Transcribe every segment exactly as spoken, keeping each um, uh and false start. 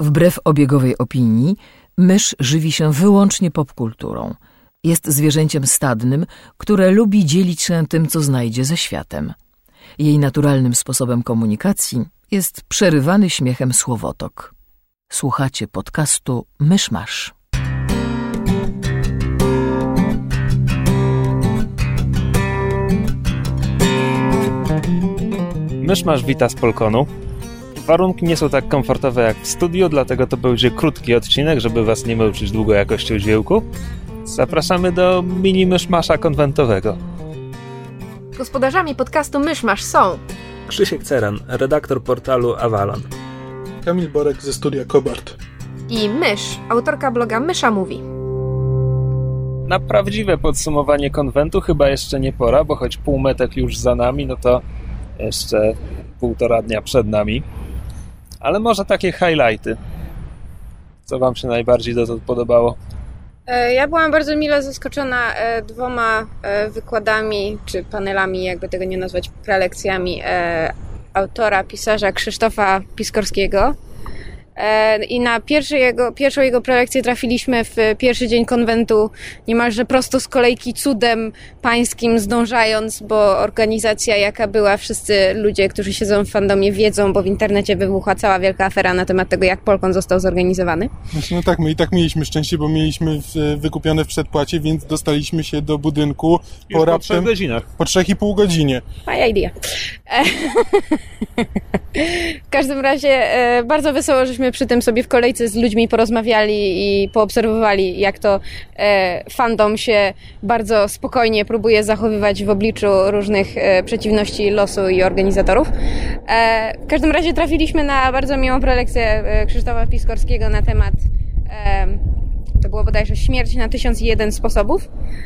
Wbrew obiegowej opinii, mysz żywi się wyłącznie popkulturą. Jest zwierzęciem stadnym, które lubi dzielić się tym, co znajdzie ze światem. Jej naturalnym sposobem komunikacji jest przerywany śmiechem słowotok. Słuchacie podcastu Myszmasz. Myszmasz wita z Polkonu. Warunki nie są tak komfortowe jak w studiu, dlatego to będzie krótki odcinek, żeby was nie męczyć długo jakością dźwięku. Zapraszamy do mini myszmasza konwentowego. Gospodarzami podcastu Myszmasz są Krzysiek Ceran, redaktor portalu Avalon. Kamil Borek ze studia Kobart. I Mysz, autorka bloga Mysza Mówi. Na prawdziwe podsumowanie konwentu chyba jeszcze nie pora, bo choć półmetek już za nami, no to jeszcze półtora dnia przed nami. Ale może takie highlighty. Co wam się najbardziej dotąd podobało? Ja byłam bardzo mile zaskoczona dwoma wykładami, czy panelami, jakby tego nie nazwać, prelekcjami autora, pisarza Krzysztofa Piskorskiego. I na pierwszy jego, pierwszą jego prelekcję trafiliśmy w pierwszy dzień konwentu niemalże prosto z kolejki, cudem pańskim zdążając, bo organizacja jaka była, wszyscy ludzie, którzy siedzą w fandomie wiedzą, bo w internecie wybuchła cała wielka afera na temat tego, jak Polkon został zorganizowany. Znaczy, no tak, my i tak mieliśmy szczęście, bo mieliśmy w, wykupione w przedpłacie, więc dostaliśmy się do budynku po, po raptem, trzech godzinach. Po trzech i pół godzinie. My idea. W każdym razie bardzo wesoło, żeśmy przy tym sobie w kolejce z ludźmi porozmawiali i poobserwowali, jak to e, fandom się bardzo spokojnie próbuje zachowywać w obliczu różnych e, przeciwności losu i organizatorów. E, w każdym razie trafiliśmy na bardzo miłą prelekcję e, Krzysztofa Piskorskiego na temat e, to było bodajże śmierć na tysiąc i jeden sposobów.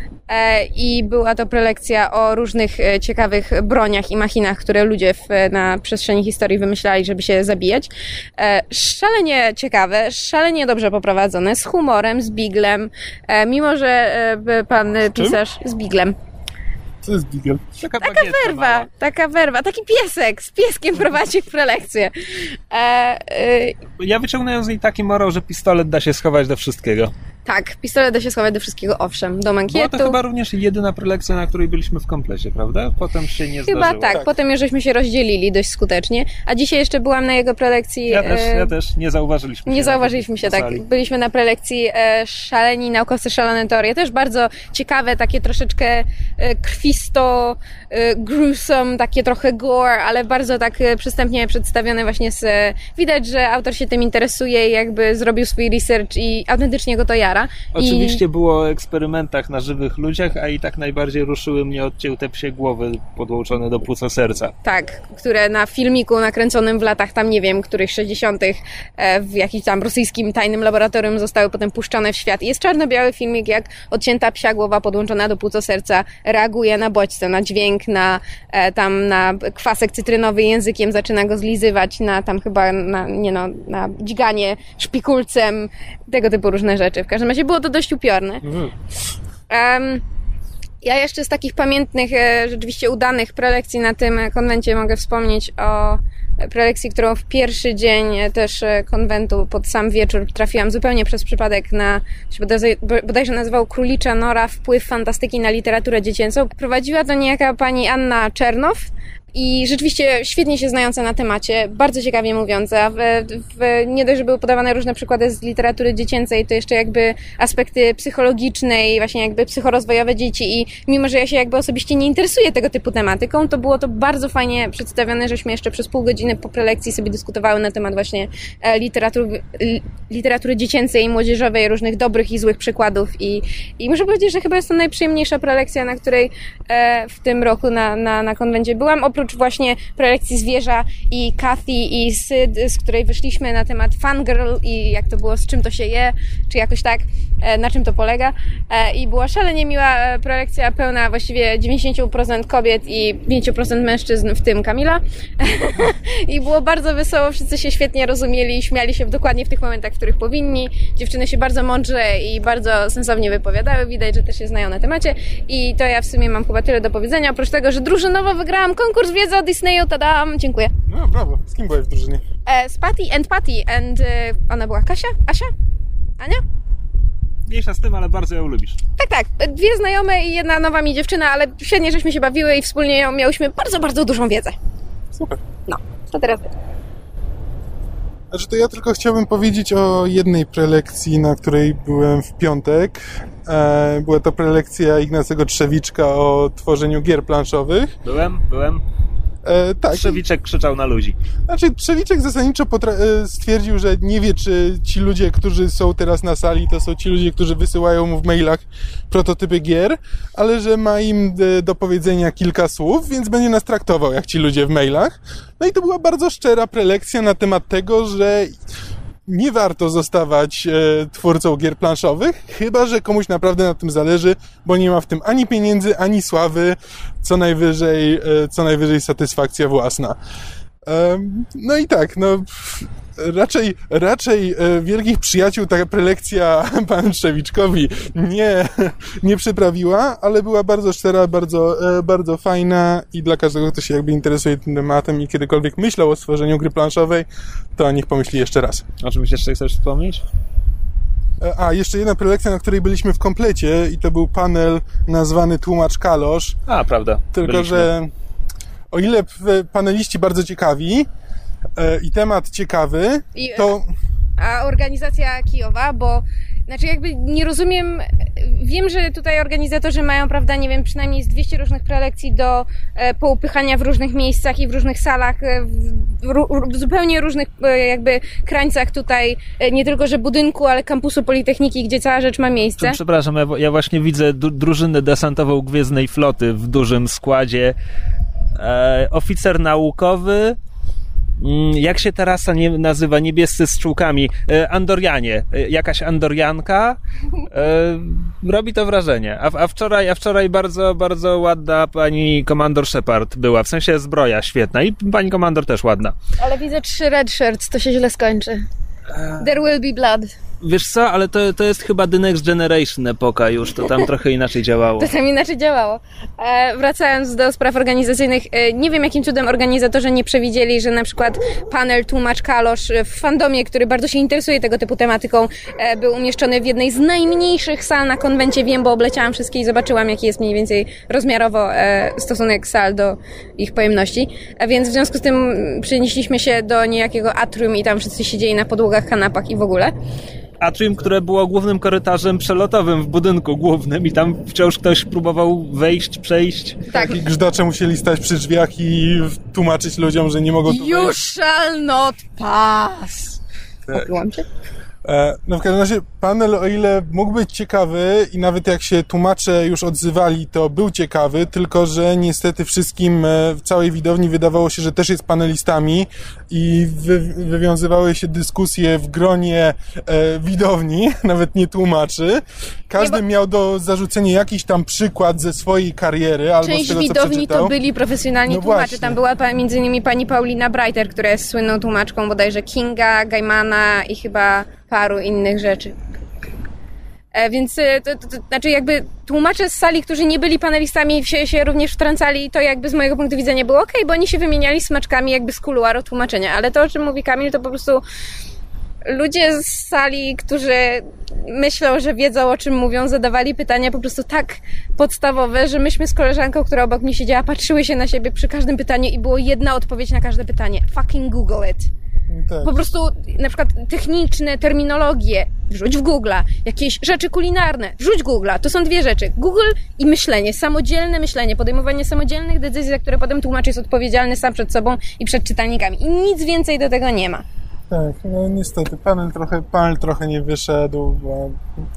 I była to prelekcja o różnych ciekawych broniach i machinach, które ludzie w, na przestrzeni historii wymyślali, żeby się zabijać. Szalenie ciekawe, szalenie dobrze poprowadzone, z humorem, z biglem, mimo że pan pisarz z biglem. Co jest bigel? Taka, taka werwa, mała. taka werwa, taki piesek z pieskiem prowadzi prelekcję. E, e, ja wyciągnąłem z niej taki morał, że pistolet da się schować do wszystkiego. Tak, pistolet da się schować do wszystkiego, owszem, do mankietu. Była to chyba również jedyna prelekcja, na której byliśmy w komplecie, prawda? Potem się nie chyba zdarzyło. Tak, tak, potem już żeśmy się rozdzielili dość skutecznie, a dzisiaj jeszcze byłam na jego prelekcji. Ja też, ja też, nie zauważyliśmy się. Nie zauważyliśmy się, tak. Byliśmy na prelekcji e, Szaleni naukowcy, szalone teorie, też bardzo ciekawe, takie troszeczkę e, krwisto, e, gruesome, takie trochę gore, ale bardzo tak e, przystępnie przedstawione właśnie z... E, widać, że autor się tym interesuje i jakby zrobił swój research i autentycznie go to jara. Oczywiście I... było o eksperymentach na żywych ludziach, a i tak najbardziej ruszyły mnie odcięte psie głowy podłączone do płuca serca. Tak, które na filmiku nakręconym w latach tam nie wiem, których sześćdziesiątych w jakimś tam rosyjskim tajnym laboratorium zostały potem puszczone w świat. Jest czarno-biały filmik, jak odcięta psia głowa podłączona do płuca serca reaguje na bodźce, na dźwięk, na tam na kwasek cytrynowy językiem, zaczyna go zlizywać, na tam chyba na, nie no, na dźganie szpikulcem, tego typu różne rzeczy. W każdym razie było to dość upiorne. Mhm. Um, ja jeszcze z takich pamiętnych, rzeczywiście udanych prelekcji na tym konwencie mogę wspomnieć o prelekcji, którą w pierwszy dzień też konwentu pod sam wieczór trafiłam zupełnie przez przypadek na, się bodajże nazywał Królicza Nora, wpływ fantastyki na literaturę dziecięcą. Prowadziła to niejaka pani Anna Czernow. I rzeczywiście świetnie się znająca na temacie, bardzo ciekawie mówiąca. W, w, nie dość, że były podawane różne przykłady z literatury dziecięcej, to jeszcze jakby aspekty psychologiczne i właśnie jakby psychorozwojowe dzieci. I mimo, że ja się jakby osobiście nie interesuję tego typu tematyką, to było to bardzo fajnie przedstawione, żeśmy jeszcze przez pół godziny po prelekcji sobie dyskutowały na temat właśnie literatury, literatury dziecięcej i młodzieżowej, różnych dobrych i złych przykładów. I, i muszę powiedzieć, że chyba jest to najprzyjemniejsza prelekcja, na której e, w tym roku na, na, na konwencie byłam. Oprócz właśnie prelekcji Zwierza i Kathy i Syd, z której wyszliśmy na temat fangirl i jak to było, z czym to się je, czy jakoś tak, na czym to polega. I była szalenie miła prelekcja, pełna właściwie dziewięćdziesiąt procent kobiet i pięć procent mężczyzn, w tym Kamila. I było bardzo wesoło, wszyscy się świetnie rozumieli i śmiali się dokładnie w tych momentach, w których powinni. Dziewczyny się bardzo mądrze i bardzo sensownie wypowiadały. Widać, że też się znają na temacie. I to ja w sumie mam chyba tyle do powiedzenia. Oprócz tego, że drużynowo wygrałam konkurs wiedzy o Disneyu. Tadam! Dziękuję. No, brawo. Z kim byłeś w drużynie? E, z Patty and Patty. And e, ona była Kasia? Asia? Ania? Mniejsza z tym, ale bardzo ją lubisz. Tak, tak. Dwie znajome i jedna nowa mi dziewczyna, ale świetnie żeśmy się bawiły i wspólnie ją miałyśmy bardzo, bardzo dużą wiedzę. Super. No, to teraz ty. Znaczy to ja tylko chciałbym powiedzieć o jednej prelekcji, na której byłem w piątek. E, była to prelekcja Ignacego Trzewiczka o tworzeniu gier planszowych. Byłem, byłem. E, tak. Trzewiczek krzyczał na ludzi. Znaczy Trzewiczek zasadniczo potra- stwierdził, że nie wie, czy ci ludzie, którzy są teraz na sali, to są ci ludzie, którzy wysyłają mu w mailach prototypy gier, ale że ma im do powiedzenia kilka słów, więc będzie nas traktował jak ci ludzie w mailach. No i to była bardzo szczera prelekcja na temat tego, że nie warto zostawać e, twórcą gier planszowych, chyba że komuś naprawdę na tym zależy, bo nie ma w tym ani pieniędzy, ani sławy, co najwyżej, e, co najwyżej satysfakcja własna. E, no i tak, no raczej, raczej e, wielkich przyjaciół ta prelekcja panu Trzewiczkowi nie, nie przyprawiła, ale była bardzo szczera, bardzo, e, bardzo fajna i dla każdego, kto się jakby interesuje tym tematem i kiedykolwiek myślał o stworzeniu gry planszowej, to niech pomyśli jeszcze raz. O czymś jeszcze chcesz wspomnieć? A, jeszcze jedna prelekcja, na której byliśmy w komplecie i to był panel nazwany Tłumacz Kalosz. A, prawda. Tylko, byliśmy. że o ile paneliści bardzo ciekawi e, i temat ciekawy, I, to... A organizacja Kijowa, bo znaczy jakby nie rozumiem, wiem, że tutaj organizatorzy mają, prawda, nie wiem, przynajmniej z dwieście różnych prelekcji do e, poupychania w różnych miejscach i w różnych salach, e, w, ru, w zupełnie różnych e, jakby krańcach tutaj, e, nie tylko, że budynku, ale kampusu Politechniki, gdzie cała rzecz ma miejsce. Przepraszam, ja, ja właśnie widzę du- drużynę desantową Gwiezdnej Floty w dużym składzie. E, oficer naukowy, jak się ta rasa nie nazywa, niebiescy z czułkami, Andorianie, jakaś Andorianka, e, robi to wrażenie. A, a wczoraj, a wczoraj bardzo, bardzo ładna pani komandor Shepard była, w sensie zbroja świetna i pani komandor też ładna. Ale widzę trzy red shirts, to się źle skończy. There will be blood. Wiesz co, ale to, to jest chyba The Next Generation epoka już, to tam trochę inaczej działało. To tam inaczej działało. E, wracając do spraw organizacyjnych, e, nie wiem jakim cudem organizatorzy nie przewidzieli, że na przykład panel Tłumacz Kalosz w fandomie, który bardzo się interesuje tego typu tematyką, e, był umieszczony w jednej z najmniejszych sal na konwencie. Wiem, bo obleciałam wszystkie i zobaczyłam, jaki jest mniej więcej rozmiarowo e, stosunek sal do ich pojemności. A więc w związku z tym przenieśliśmy się do niejakiego atrium i tam wszyscy siedzieli na podłogach, kanapach i w ogóle. Atrium, które było głównym korytarzem przelotowym w budynku głównym i tam wciąż ktoś próbował wejść, przejść. Tak. I grzdacze musieli stać przy drzwiach i tłumaczyć ludziom, że nie mogą tu You wejść. shall not pass. Tak. Łączy? E, no w każdym razie panel, o ile mógł być ciekawy i nawet jak się tłumacze już odzywali, to był ciekawy, tylko że niestety wszystkim e, w całej widowni wydawało się, że też jest panelistami i wy, wywiązywały się dyskusje w gronie e, widowni, nawet nie tłumaczy. Każdy Nie, bo... miał do zarzucenia jakiś tam przykład ze swojej kariery albo Część z tego, co widowni przeczytał. to byli profesjonalni No tłumacze. właśnie. Tam była między innymi pani Paulina Breiter, która jest słynną tłumaczką bodajże Kinga, Gaimana i chyba paru innych rzeczy. E, więc to, to, to znaczy jakby tłumacze z sali, którzy nie byli panelistami, się, się również wtrącali i to jakby z mojego punktu widzenia było okej, okay, bo oni się wymieniali smaczkami jakby z kuluaru tłumaczenia, ale to, o czym mówi Kamil, to po prostu ludzie z sali, którzy myślą, że wiedzą, o czym mówią, zadawali pytania po prostu tak podstawowe, że myśmy z koleżanką, która obok mnie siedziała, patrzyły się na siebie przy każdym pytaniu i było jedna odpowiedź na każde pytanie. Fucking Google it. Tak. Po prostu na przykład techniczne terminologie wrzuć w Google'a, jakieś rzeczy kulinarne wrzuć w Google'a. To są dwie rzeczy. Google i myślenie, samodzielne myślenie, podejmowanie samodzielnych decyzji, za które potem tłumacz jest odpowiedzialny sam przed sobą i przed czytelnikami. I nic więcej do tego nie ma. Tak, no niestety panel trochę, panel trochę nie wyszedł, bo...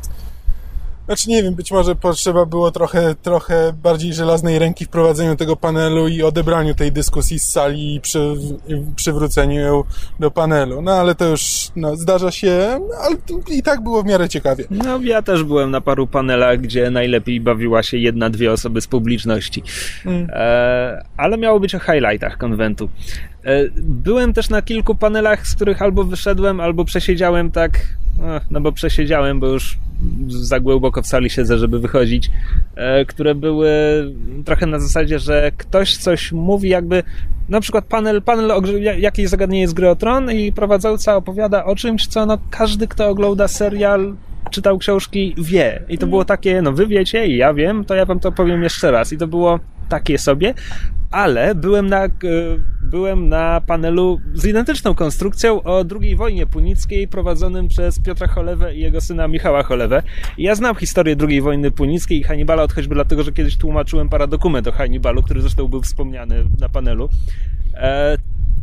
Znaczy nie wiem, być może potrzeba było trochę, trochę bardziej żelaznej ręki w prowadzeniu tego panelu i odebraniu tej dyskusji z sali i, przy, i przywróceniu ją do panelu. No ale to już no, zdarza się, ale i tak było w miarę ciekawie. No ja też byłem na paru panelach, gdzie najlepiej bawiła się jedna, dwie osoby z publiczności. Mm. E, ale miało być o highlightach konwentu. E, byłem też na kilku panelach, z których albo wyszedłem, albo przesiedziałem tak no bo przesiedziałem, bo już za głęboko w sali siedzę, żeby wychodzić, które były trochę na zasadzie, że ktoś coś mówi jakby, na przykład panel, panel o jakieś zagadnienie z Gry o Tron i prowadząca opowiada o czymś, co no każdy, kto ogląda serial, czytał książki, wie. I to było takie, no wy wiecie i ja wiem, to ja wam to powiem jeszcze raz. I to było takie sobie, ale byłem na, byłem na panelu z identyczną konstrukcją o drugiej wojnie punickiej prowadzonym przez Piotra Cholewę i jego syna Michała Cholewę. I ja znam historię drugiej wojny punickiej i Hannibala choćby dlatego, że kiedyś tłumaczyłem paradokument o Hannibalu, który zresztą był wspomniany na panelu. E-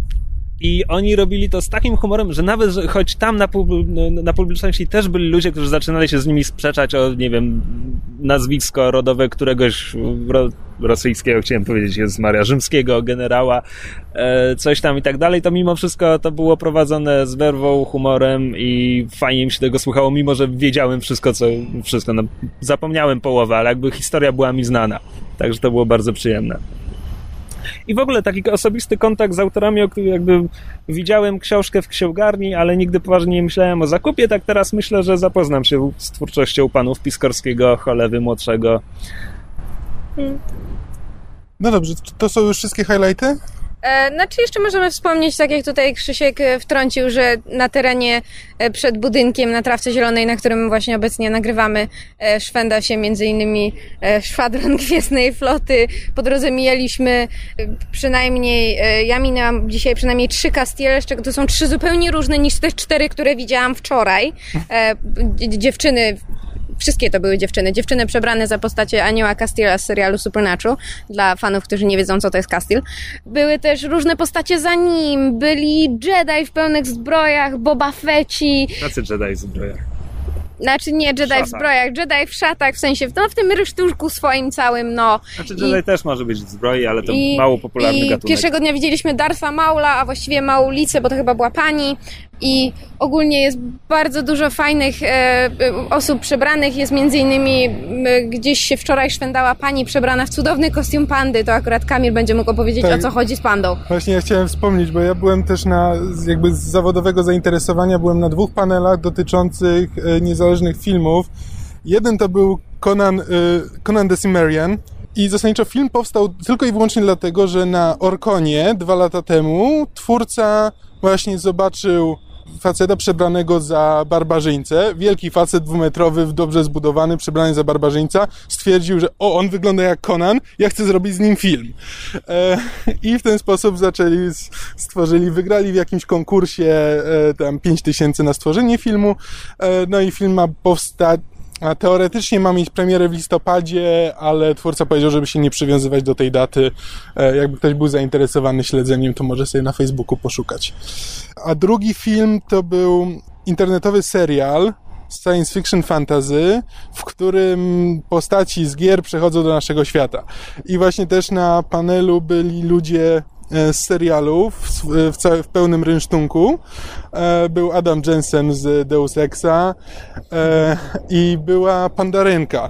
I oni robili to z takim humorem, że nawet, że choć tam na, na publiczności też byli ludzie, którzy zaczynali się z nimi sprzeczać o, nie wiem, nazwisko rodowe któregoś ro, rosyjskiego, chciałem powiedzieć, jest Maria Rzymskiego, generała, e, coś tam i tak dalej, to mimo wszystko to było prowadzone z werwą, humorem i fajnie mi się tego słuchało, mimo że wiedziałem wszystko, co, wszystko, no, zapomniałem połowę, ale jakby historia była mi znana, także to było bardzo przyjemne. I w ogóle taki osobisty kontakt z autorami, o których jakby widziałem książkę w księgarni, ale nigdy poważnie nie myślałem o zakupie, tak teraz myślę, że zapoznam się z twórczością panów Piskorskiego, Cholewy młodszego. Hmm. No dobrze, to są już wszystkie highlighty? Znaczy jeszcze możemy wspomnieć, tak jak tutaj Krzysiek wtrącił, że na terenie przed budynkiem, na trawce zielonej, na którym właśnie obecnie nagrywamy, szwenda się między innymi szwadron Gwiezdnej Floty. Po drodze mijaliśmy przynajmniej, ja minęłam dzisiaj przynajmniej trzy Castiele, z czego to są trzy zupełnie różne niż te cztery, które widziałam wczoraj. Dziewczyny Wszystkie to były dziewczyny. Dziewczyny przebrane za postacie Anioła Castiela z serialu Supernatural. Dla fanów, którzy nie wiedzą, co to jest Castiel. Były też różne postacie za nim. Byli Jedi w pełnych zbrojach, Boba Feci. Tacy Jedi w zbrojach. Znaczy nie Jedi w, w zbrojach, Jedi w szatach, w sensie no, w tym rysztuszku swoim całym, no. Znaczy Jedi I, też może być w zbroi, ale to i, mało popularny i gatunek. Pierwszego dnia widzieliśmy Dartha Maula, a właściwie Maulicę, bo to chyba była pani. I ogólnie jest bardzo dużo fajnych e, osób przebranych. Jest między innymi e, gdzieś się wczoraj szwendała pani przebrana w cudowny kostium pandy. To akurat Kamil będzie mógł opowiedzieć, tak, o co chodzi z pandą. Właśnie ja chciałem wspomnieć, bo ja byłem też na, jakby z zawodowego zainteresowania, byłem na dwóch panelach dotyczących e, niezależnych filmów. Jeden to był Conan, e, Conan the Cimmerian. I zasadniczo film powstał tylko i wyłącznie dlatego, że na Orkonie dwa lata temu twórca właśnie zobaczył faceta przebranego za barbarzyńcę. Wielki facet dwumetrowy, dobrze zbudowany, przebrany za barbarzyńca. Stwierdził, że o, on wygląda jak Conan, ja chcę zrobić z nim film. E, I w ten sposób zaczęli, stworzyli, wygrali w jakimś konkursie e, tam pięć tysięcy na stworzenie filmu. E, no i film ma powstać. A teoretycznie ma mieć premierę w listopadzie, ale twórca powiedział, żeby się nie przywiązywać do tej daty. Jakby ktoś był zainteresowany śledzeniem, to może sobie na Facebooku poszukać. A drugi film to był internetowy serial science fiction fantasy, w którym postaci z gier przechodzą do naszego świata. I właśnie też na panelu byli ludzie z serialu w, w, całe, w pełnym rynsztunku. E, był Adam Jensen z Deus Exa e, i była Pandarynka.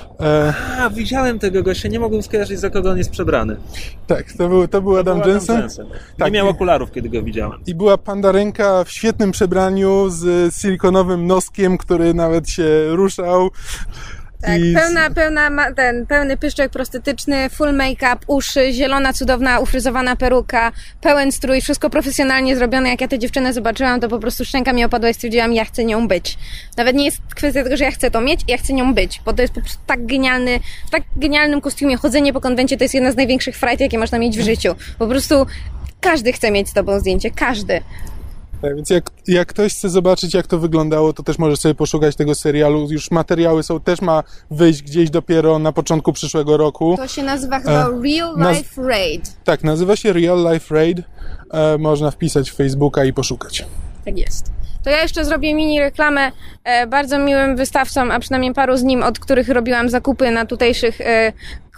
E, A, widziałem tego gościa, nie mogłem skojarzyć, za kogo on jest przebrany. Tak, to był, to był to Adam, był Jensen. Adam Jensen. Nie tak, miał okularów, kiedy go widziałem. I była Pandarynka w świetnym przebraniu z silikonowym noskiem, który nawet się ruszał. Tak, I... pełna, pełna, ten, pełny pyszczek prostetyczny, full make-up, uszy, zielona, cudowna, ufryzowana peruka, pełen strój, wszystko profesjonalnie zrobione. Jak ja tę dziewczynę zobaczyłam, to po prostu szczęka mi opadła i stwierdziłam, ja chcę nią być. Nawet nie jest kwestia tego, że ja chcę to mieć, ja chcę nią być, bo to jest po prostu tak genialny, w tak genialnym kostiumie. Chodzenie po konwencie to jest jedna z największych frajt, jakie można mieć w życiu. Po prostu każdy chce mieć z tobą zdjęcie, każdy. Tak, więc jak, jak ktoś chce zobaczyć, jak to wyglądało, to też może sobie poszukać tego serialu. Już materiały są, też ma wyjść gdzieś dopiero na początku przyszłego roku. To się nazywa chyba e, Real Life naz- Raid. Tak, nazywa się Real Life Raid. E, można wpisać w Facebooka i poszukać. Tak jest. To ja jeszcze zrobię mini reklamę e, bardzo miłym wystawcom, a przynajmniej paru z nim, od których robiłam zakupy na tutejszych e,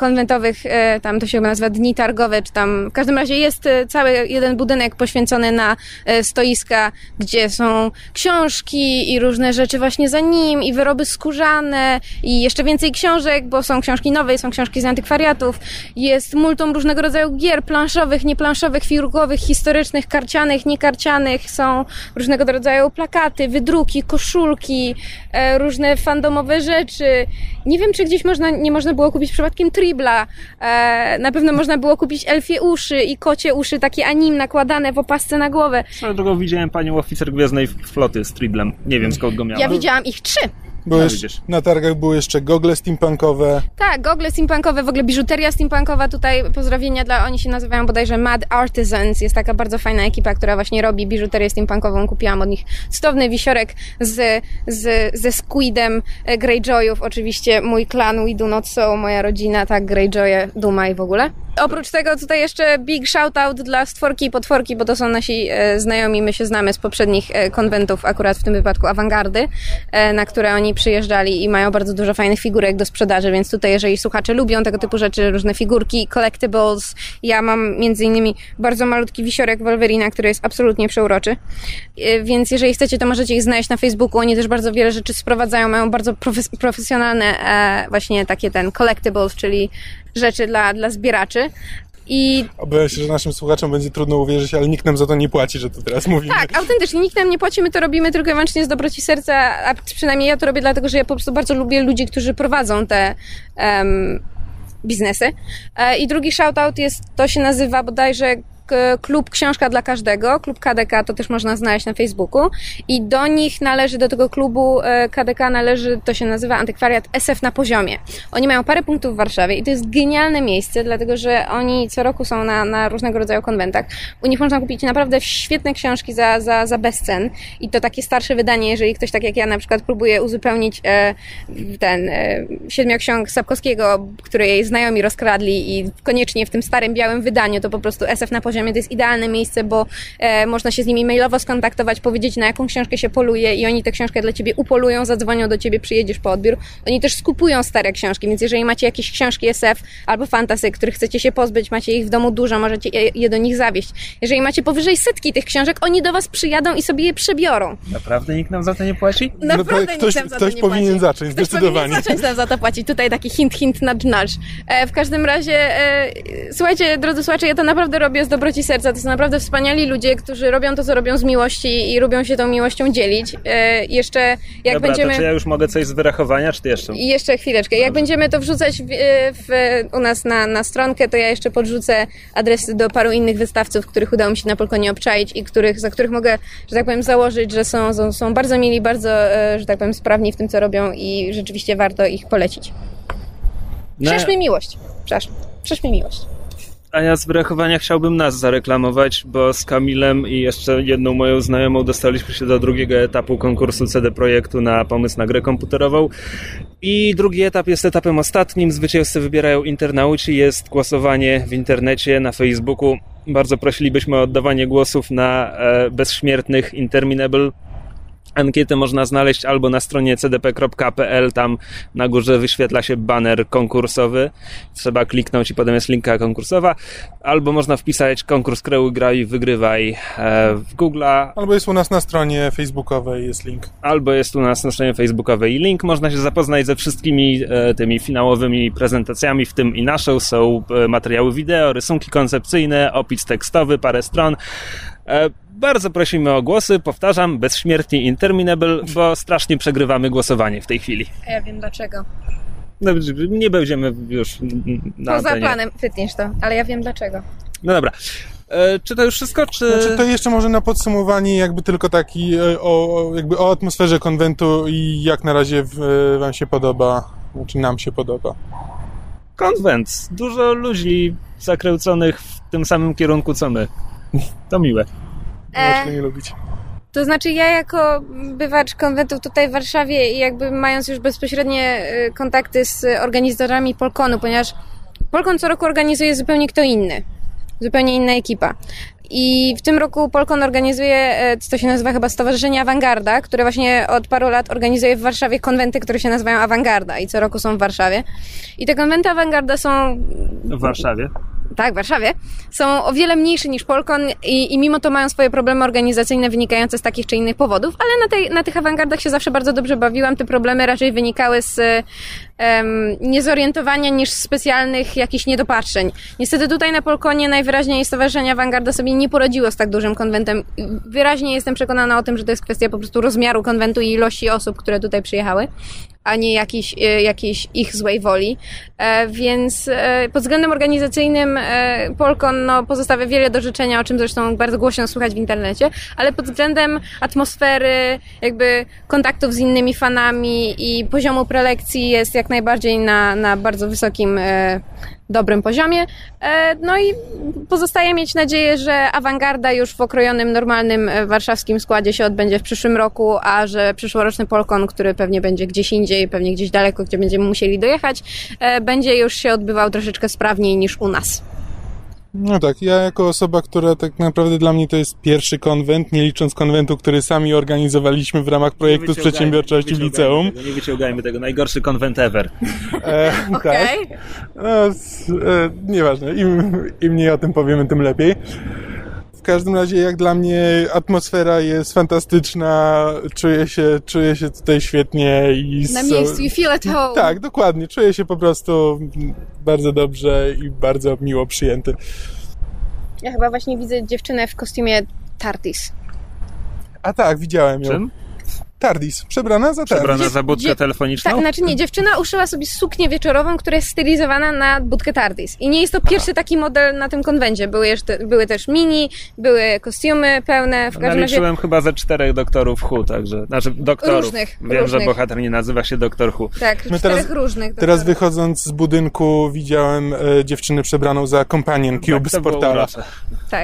konwentowych, tam to się nazywa Dni Targowe, czy tam, w każdym razie jest cały jeden budynek poświęcony na stoiska, gdzie są książki i różne rzeczy właśnie za nim i wyroby skórzane i jeszcze więcej książek, bo są książki nowe, są książki z antykwariatów, jest multum różnego rodzaju gier planszowych, nieplanszowych, figurkowych, historycznych, karcianych, niekarcianych, są różnego rodzaju plakaty, wydruki, koszulki, e, różne fandomowe rzeczy. Nie wiem, czy gdzieś można, nie można było kupić przypadkiem Tribla. E, na pewno można było kupić elfie uszy i kocie uszy, takie anim nakładane w opasce na głowę. Swoją drogą widziałem panią oficer Gwiezdnej Floty z Triblem. Nie wiem, skąd go miała. Ja widziałam ich trzy. Bo no, na targach były jeszcze gogle steampunkowe. Tak, gogle steampunkowe, w ogóle biżuteria steampunkowa. Tutaj pozdrowienia dla, oni się nazywają bodajże Mad Artisans. Jest taka bardzo fajna ekipa, która właśnie robi biżuterię steampunkową. Kupiłam od nich cudowny wisiorek z, z, ze Squidem Greyjoyów. Oczywiście mój klan We Do Not So, moja rodzina, tak, Greyjoye, Duma i w ogóle. Oprócz tego tutaj jeszcze big shoutout dla Stworki i Potworki, bo to są nasi e, znajomi, my się znamy z poprzednich e, konwentów, akurat w tym wypadku Awangardy, e, na które oni przyjeżdżali i mają bardzo dużo fajnych figurek do sprzedaży, więc tutaj jeżeli słuchacze lubią tego typu rzeczy, różne figurki, collectibles, ja mam między innymi bardzo malutki wisiorek Wolverina, który jest absolutnie przeuroczy, e, więc jeżeli chcecie, to możecie ich znaleźć na Facebooku, oni też bardzo wiele rzeczy sprowadzają, mają bardzo profes- profesjonalne e, właśnie takie ten collectibles, czyli rzeczy dla, dla zbieraczy. I... Obawiam się, że naszym słuchaczom będzie trudno uwierzyć, ale nikt nam za to nie płaci, że to teraz mówimy. Tak, autentycznie, nikt nam nie płaci, my to robimy tylko i wyłącznie z dobroci serca, a przynajmniej ja to robię dlatego, że ja po prostu bardzo lubię ludzi, którzy prowadzą te um, biznesy. E, I drugi shoutout jest, to się nazywa bodajże Klub Książka dla Każdego, klub K D K, to też można znaleźć na Facebooku i do nich należy, do tego klubu K D K należy, to się nazywa Antykwariat S F na Poziomie. Oni mają parę punktów w Warszawie i to jest genialne miejsce, dlatego że oni co roku są na, na różnego rodzaju konwentach. U nich można kupić naprawdę świetne książki za, za, za bezcen i to takie starsze wydanie, jeżeli ktoś tak jak ja na przykład próbuje uzupełnić e, ten e, Siedmioksiąg Sapkowskiego, które jej znajomi rozkradli i koniecznie w tym starym białym wydaniu, to po prostu S F na Poziomie to jest idealne miejsce, bo e, można się z nimi mailowo skontaktować, powiedzieć, na jaką książkę się poluje i oni tę książkę dla ciebie upolują, zadzwonią do ciebie, przyjedziesz po odbiór. Oni też skupują stare książki, więc jeżeli macie jakieś książki S F albo fantasy, których chcecie się pozbyć, macie ich w domu dużo, możecie je, je do nich zawieźć. Jeżeli macie powyżej setki tych książek, oni do was przyjadą i sobie je przebiorą. Naprawdę nikt nam za to nie płaci? Naprawdę no, ktoś, nikt nam za ktoś to nie powinien płaci. zacząć, ktoś zdecydowanie. powinien zacząć nam za to płacić. Tutaj taki hint, hint, nudge, nudge. E, w każdym razie, e, słuchajcie, drodzy słuchacze, ja to naprawdę robię z dobroci serca, to są naprawdę wspaniali ludzie, którzy robią to, co robią z miłości i lubią się tą miłością dzielić. E, jeszcze jak Dobra, będziemy... to czy ja już mogę coś z wyrachowania, czy ty jeszcze? I jeszcze chwileczkę. Jak będziemy to wrzucać w, w, u nas na, na stronkę, to ja jeszcze podrzucę adresy do paru innych wystawców, których udało mi się na Polkonie obczaić i których, za których mogę, że tak powiem, założyć, że są, są, są bardzo mili, bardzo, że tak powiem, sprawni w tym, co robią i rzeczywiście warto ich polecić. Przesz mi miłość. Przesz, przesz mi miłość. A ja z wyrachowania chciałbym nas zareklamować, bo z Kamilem i jeszcze jedną moją znajomą dostaliśmy się do drugiego etapu konkursu C D Projektu na pomysł na grę komputerową. I drugi etap jest etapem ostatnim. Zwycięzcy wybierają internauci. Jest głosowanie w internecie, na Facebooku. Bardzo prosilibyśmy o oddawanie głosów na e, bezśmiertnych Interminable. Ankietę można znaleźć albo na stronie c d p kropka p l, tam na górze wyświetla się baner konkursowy, trzeba kliknąć i potem jest linka konkursowa, albo można wpisać konkurs Kreuj, Graj, Wygrywaj w Google'a. Albo jest u nas na stronie facebookowej, jest link. Albo jest u nas na stronie facebookowej link, można się zapoznać ze wszystkimi tymi finałowymi prezentacjami, w tym i naszą, są materiały wideo, rysunki koncepcyjne, opis tekstowy, parę stron. Bardzo prosimy o głosy, powtarzam, bezśmiertnie Interminable, bo strasznie przegrywamy głosowanie w tej chwili. A ja wiem dlaczego. No, nie będziemy już na Poza antenie. planem, wytniesz to, ale ja wiem dlaczego. No dobra. E, czy to już wszystko, czy... Znaczy, to jeszcze może na podsumowanie jakby tylko taki o, jakby o atmosferze konwentu i jak na razie w, wam się podoba, znaczy nam się podoba. Konwent. Dużo ludzi zakręconych w tym samym kierunku co my. To miłe. Dlaczego nie lubić? To znaczy ja jako bywacz konwentów tutaj w Warszawie i jakby mając już bezpośrednie kontakty z organizatorami Polkonu, ponieważ Polkon co roku organizuje zupełnie kto inny. zupełnie inna ekipa. I w tym roku Polkon organizuje, co się nazywa chyba Stowarzyszenie Awangarda, które właśnie od paru lat organizuje w Warszawie konwenty, które się nazywają Awangarda i co roku są w Warszawie. I te konwenty Awangarda są... W Warszawie? Tak, w Warszawie. Są o wiele mniejsze niż Polkon i, i mimo to mają swoje problemy organizacyjne wynikające z takich czy innych powodów, ale na, tej, na tych awangardach się zawsze bardzo dobrze bawiłam. Te problemy raczej wynikały z um, niezorientowania niż specjalnych jakichś niedopatrzeń. Niestety tutaj na Polkonie najwyraźniej Stowarzyszenie Awangarda sobie nie poradziło z tak dużym konwentem. Wyraźnie jestem przekonana o tym, że to jest kwestia po prostu rozmiaru konwentu i ilości osób, które tutaj przyjechały, a nie jakiejś, jakiejś ich złej woli. E, więc e, pod względem organizacyjnym e, Polkon no, pozostawia wiele do życzenia, o czym zresztą bardzo głośno słychać w internecie, ale pod względem atmosfery, jakby kontaktów z innymi fanami i poziomu prelekcji jest jak najbardziej na, na bardzo wysokim, e, dobrym poziomie. E, no i pozostaje mieć nadzieję, że awangarda już w okrojonym, normalnym e, warszawskim składzie się odbędzie w przyszłym roku, a że przyszłoroczny Polkon, który pewnie będzie gdzieś indziej, pewnie gdzieś daleko, gdzie będziemy musieli dojechać, e, będzie już się odbywał troszeczkę sprawniej niż u nas. No tak, ja jako osoba, która tak naprawdę dla mnie to jest pierwszy konwent, nie licząc konwentu, który sami organizowaliśmy w ramach projektu z przedsiębiorczości w liceum. Tego, nie wyciągajmy tego, najgorszy konwent ever. E, Okej. Tak. No, s, e, nieważne, im, im mniej o tym powiemy, tym lepiej. W każdym razie, jak dla mnie atmosfera jest fantastyczna, czuję się, czuję się tutaj świetnie i... Na so, miejscu, you feel at home. Tak, dokładnie, czuję się po prostu bardzo dobrze i bardzo miło przyjęty. Ja chyba właśnie widzę dziewczynę w kostiumie TARDIS. A tak, widziałem ją. Czym? TARDIS, przebrana za TARDIS. Przebrana za budkę Dzie- telefoniczną? Tak, znaczy nie, dziewczyna uszyła sobie suknię wieczorową, która jest stylizowana na budkę TARDIS. I nie jest to pierwszy taki model na tym konwencie. Były, jeszcze, były też mini, były kostiumy pełne. W każdym razie Naliczyłem chyba ze czterech doktorów Who, także, znaczy doktorów. Różnych, Wiem, różnych. że bohater nie nazywa się doktor Who. tak, My czterech teraz- różnych. Teraz doktorów. wychodząc z budynku widziałem e, dziewczynę przebraną za Companion Cube Tak, to z było portala. urocze. Tak.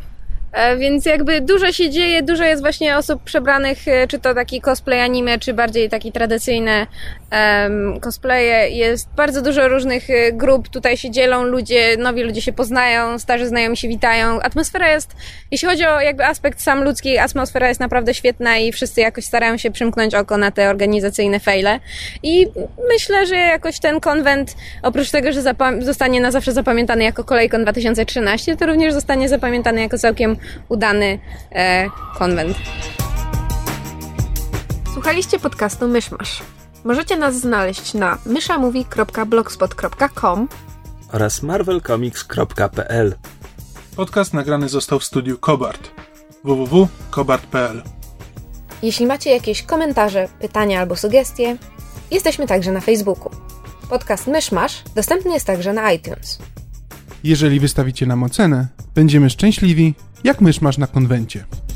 E, Więc jakby dużo się dzieje, dużo jest właśnie osób przebranych, e, czy to taki cosplay anime, czy bardziej taki tradycyjne um, cosplaye. Jest bardzo dużo różnych e, grup, tutaj się dzielą ludzie, nowi ludzie się poznają, starzy znajomi się witają. Atmosfera jest, jeśli chodzi o jakby aspekt sam ludzki, atmosfera jest naprawdę świetna i wszyscy jakoś starają się przymknąć oko na te organizacyjne fejle. I myślę, że jakoś ten konwent, oprócz tego, że zapam- zostanie na zawsze zapamiętany jako Kolejkon dwa tysiące trzynaście, to również zostanie zapamiętany jako całkiem udany e, konwent. Słuchaliście podcastu Myszmasz. Możecie nas znaleźć na myszamovie kropka blogspot kropka com oraz marvel comics kropka p l. Podcast nagrany został w studiu Kobart. w w w kropka kobart kropka p l. Jeśli macie jakieś komentarze, pytania albo sugestie, jesteśmy także na Facebooku. Podcast Myszmasz dostępny jest także na iTunes. Jeżeli wystawicie nam ocenę, będziemy szczęśliwi, jak mysz masz na konwencie.